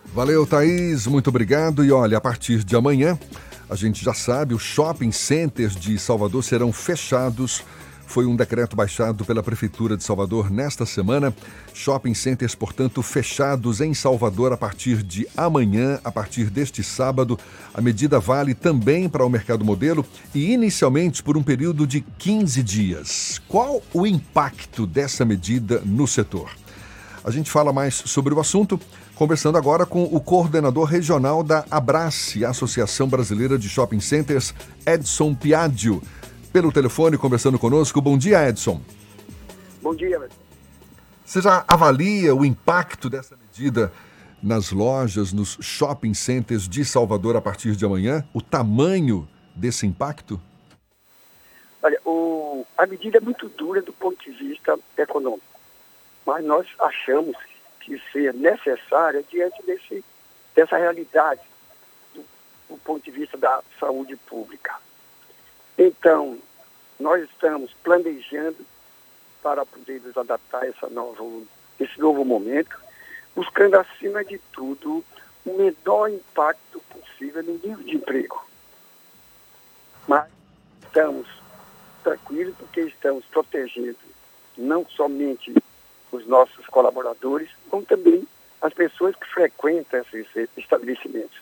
Valeu, Thaís, muito obrigado. E olha, a partir de amanhã, a gente já sabe, os shopping centers de Salvador serão fechados. Foi um decreto baixado pela Prefeitura de Salvador nesta semana. Shopping centers, portanto, fechados em Salvador a partir de amanhã, a partir deste sábado. A medida vale também para o mercado modelo e inicialmente por um período de 15 dias. Qual o impacto dessa medida no setor? A gente fala mais sobre o assunto, conversando agora com o coordenador regional da Abrace, Associação Brasileira de Shopping Centers, Edson Piaggio. Pelo telefone, conversando conosco. Bom dia, Edson. Bom dia. Você já avalia o impacto dessa medida nas lojas, nos shopping centers de Salvador a partir de amanhã? O tamanho desse impacto? Olha, a medida é muito dura do ponto de vista econômico, mas nós achamos que seja necessária diante dessa realidade do ponto de vista da saúde pública. Então, nós estamos planejando para poder nos adaptar a esse novo momento, buscando, acima de tudo, o menor impacto possível no nível de emprego. Mas estamos tranquilos porque estamos protegendo não somente os nossos colaboradores, como também as pessoas que frequentam esses estabelecimentos.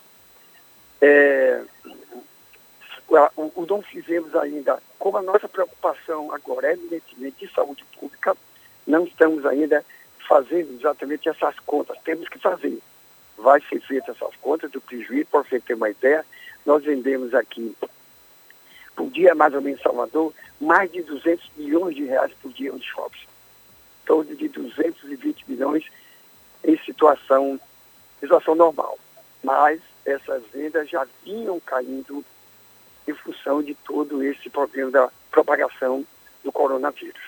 Não fizemos ainda, como a nossa preocupação agora é evidentemente de saúde pública, não estamos ainda fazendo exatamente essas contas. Temos que fazer. Vai ser feita essas contas do prejuízo, para você ter uma ideia. Nós vendemos aqui, por dia, mais ou menos em Salvador, mais de 200 milhões de reais por dia nos shoppings. Em torno de 220 milhões em situação normal. Mas essas vendas já vinham caindo em função de todo esse problema da propagação do coronavírus.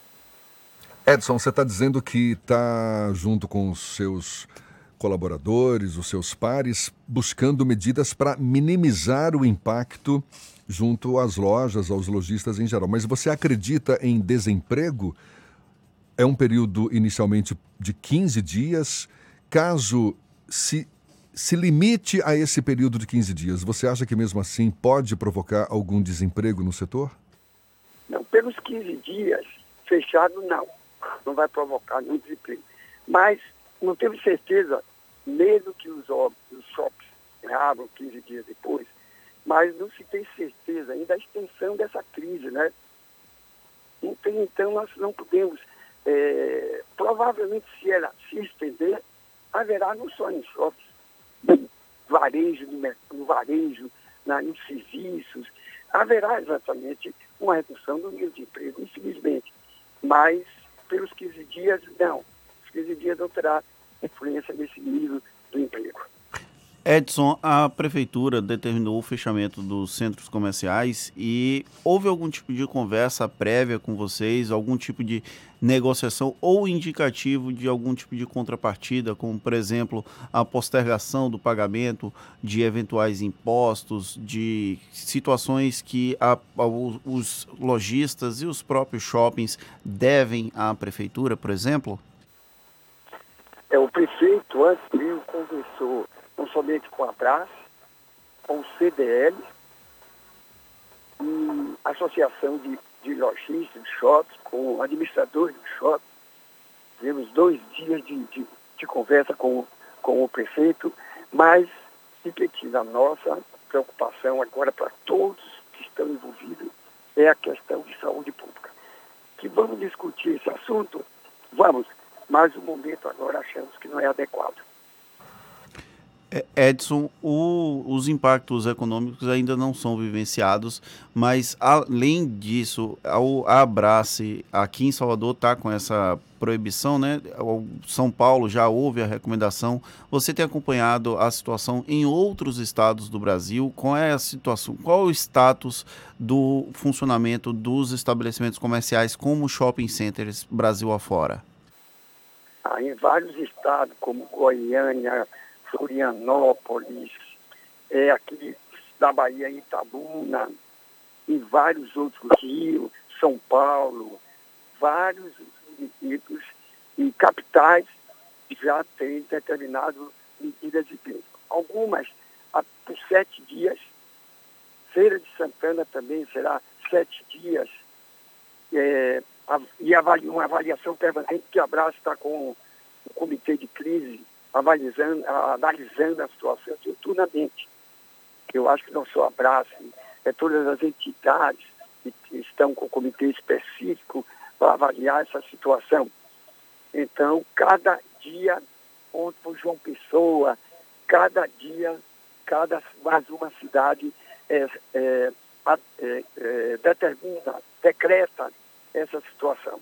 Edson, você está dizendo que está junto com os seus colaboradores, os seus pares, buscando medidas para minimizar o impacto junto às lojas, aos lojistas em geral. Mas você acredita em desemprego? É um período inicialmente de 15 dias. Caso se limite a esse período de 15 dias, você acha que mesmo assim pode provocar algum desemprego no setor? Não, pelos 15 dias, fechado não vai provocar nenhum desemprego. Mas não temos certeza, mesmo que os shops abram 15 dias depois, mas não se tem certeza ainda da extensão dessa crise, né? Então nós não podemos, provavelmente se estender, haverá não só em shops, no varejo, nos serviços, haverá exatamente uma redução do nível de emprego, infelizmente. Mas, pelos 15 dias, não. Os 15 dias não terá influência nesse nível do emprego. Edson, a Prefeitura determinou o fechamento dos centros comerciais e houve algum tipo de conversa prévia com vocês, algum tipo de negociação ou indicativo de algum tipo de contrapartida, como, por exemplo, a postergação do pagamento de eventuais impostos, de situações que os lojistas e os próprios shoppings devem à Prefeitura, por exemplo? O prefeito, antes mesmo, conversou não somente com a Abrace, com o CDL e a Associação de Lojistas de Shopping, com administradores do shopping. Tivemos 2 dias de conversa com o prefeito, mas, repetindo, a nossa preocupação agora para todos que estão envolvidos é a questão de saúde pública. Que vamos discutir esse assunto? Vamos, mas o momento agora achamos que não é adequado. Edson, os impactos econômicos ainda não são vivenciados, mas além disso, a Abrace aqui em Salvador está com essa proibição, né? São Paulo já houve a recomendação. Você tem acompanhado a situação em outros estados do Brasil? Qual é a situação? Qual é o status do funcionamento dos estabelecimentos comerciais como shopping centers Brasil afora? Em vários estados, como Goiânia, Florianópolis, aqui da Bahia, Itabuna, em vários outros, Rio, São Paulo, vários municípios e capitais já têm determinado medidas de peso. Algumas por 7 dias. Feira de Santana também será 7 dias. E uma avaliação permanente, que a Abraço está com o comitê de crise analisando a situação diuturnamente. Eu acho que não só a Abraço, todas as entidades que estão com o comitê específico para avaliar essa situação. Então, cada dia, onde por João Pessoa, cada dia, mais uma cidade decreta essa situação.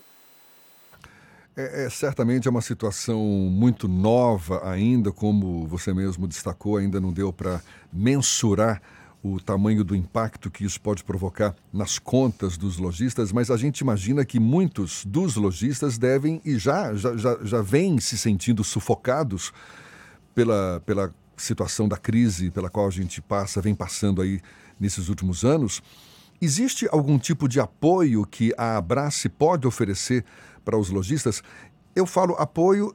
Certamente é uma situação muito nova ainda, como você mesmo destacou, ainda não deu para mensurar o tamanho do impacto que isso pode provocar nas contas dos lojistas, mas a gente imagina que muitos dos lojistas devem e já vêm se sentindo sufocados pela situação da crise pela qual a gente vem passando aí nesses últimos anos. Existe algum tipo de apoio que a Abrace pode oferecer para os lojistas? Eu falo apoio,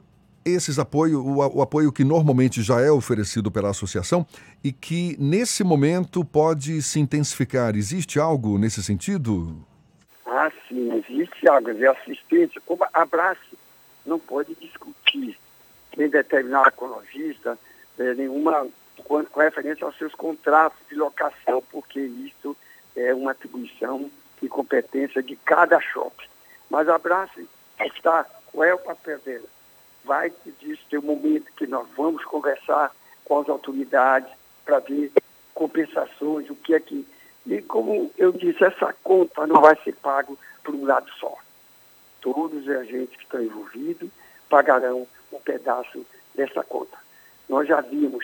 o apoio que normalmente já é oferecido pela associação e que nesse momento pode se intensificar. Existe algo nesse sentido? Sim, existe algo de assistência. Como a Abrace não pode discutir nem determinar com o lojista nenhuma com referência aos seus contratos de locação, porque isso é uma atribuição e competência de cada shopping. Mas a Abrace qual é o papel dela? Vai ter um momento que nós vamos conversar com as autoridades para ver compensações, o que é que... E como eu disse, essa conta não vai ser paga por um lado só. Todos os agentes que estão envolvidos pagarão um pedaço dessa conta. Nós já vimos,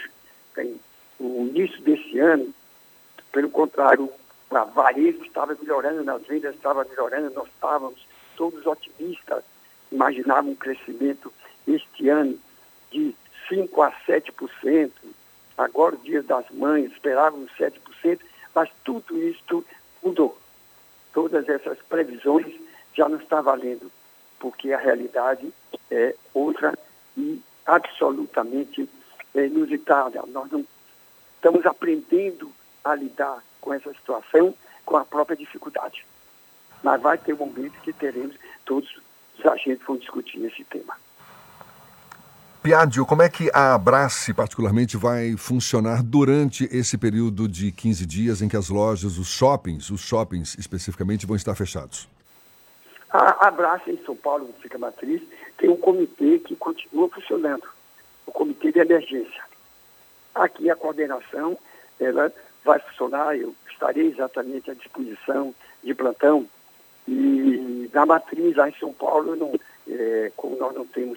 no início desse ano, pelo contrário, a varejo estava melhorando, as vendas estavam melhorando, nós estávamos todos otimistas, imaginavam um crescimento este ano de 5% a 7%, agora o Dia das Mães esperávamos 7%, mas tudo isso mudou. Todas essas previsões já não estão valendo, porque a realidade é outra e absolutamente inusitada. Nós não estamos aprendendo a lidar com essa situação, com a própria dificuldade. Mas vai ter um momento que teremos, todos os agentes vão discutir esse tema. Piadio, como é que a Abrace, particularmente, vai funcionar durante esse período de 15 dias em que as lojas, os shoppings especificamente, vão estar fechados? A Abrace em São Paulo, onde fica a matriz, tem um comitê que continua funcionando, o comitê de emergência. Aqui a coordenação, ela vai funcionar, eu estarei exatamente à disposição de plantão. E na matriz, lá em São Paulo, como nós não temos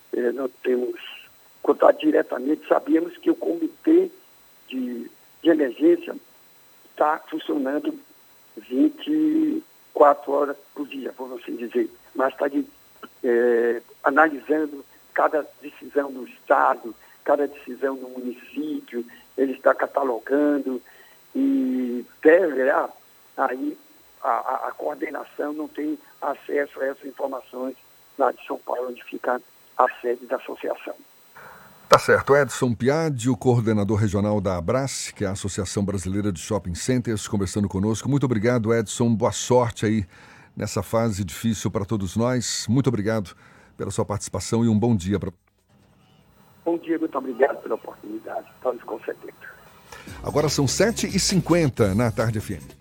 contato diretamente, sabemos que o comitê de emergência está funcionando 24 horas por dia, por assim dizer. Mas está analisando cada decisão do Estado, cada decisão do município, ele está catalogando e aí a coordenação não tem acesso a essas informações lá de São Paulo, onde fica a sede da associação. Tá certo. Edson Piadio, coordenador regional da Abrace, que é a Associação Brasileira de Shopping Centers, conversando conosco. Muito obrigado, Edson. Boa sorte aí nessa fase difícil para todos nós. Muito obrigado pela sua participação e um bom dia para você. Bom dia, muito obrigado pela oportunidade. Estamos concedendo. Agora são 7h50 na Tarde FM.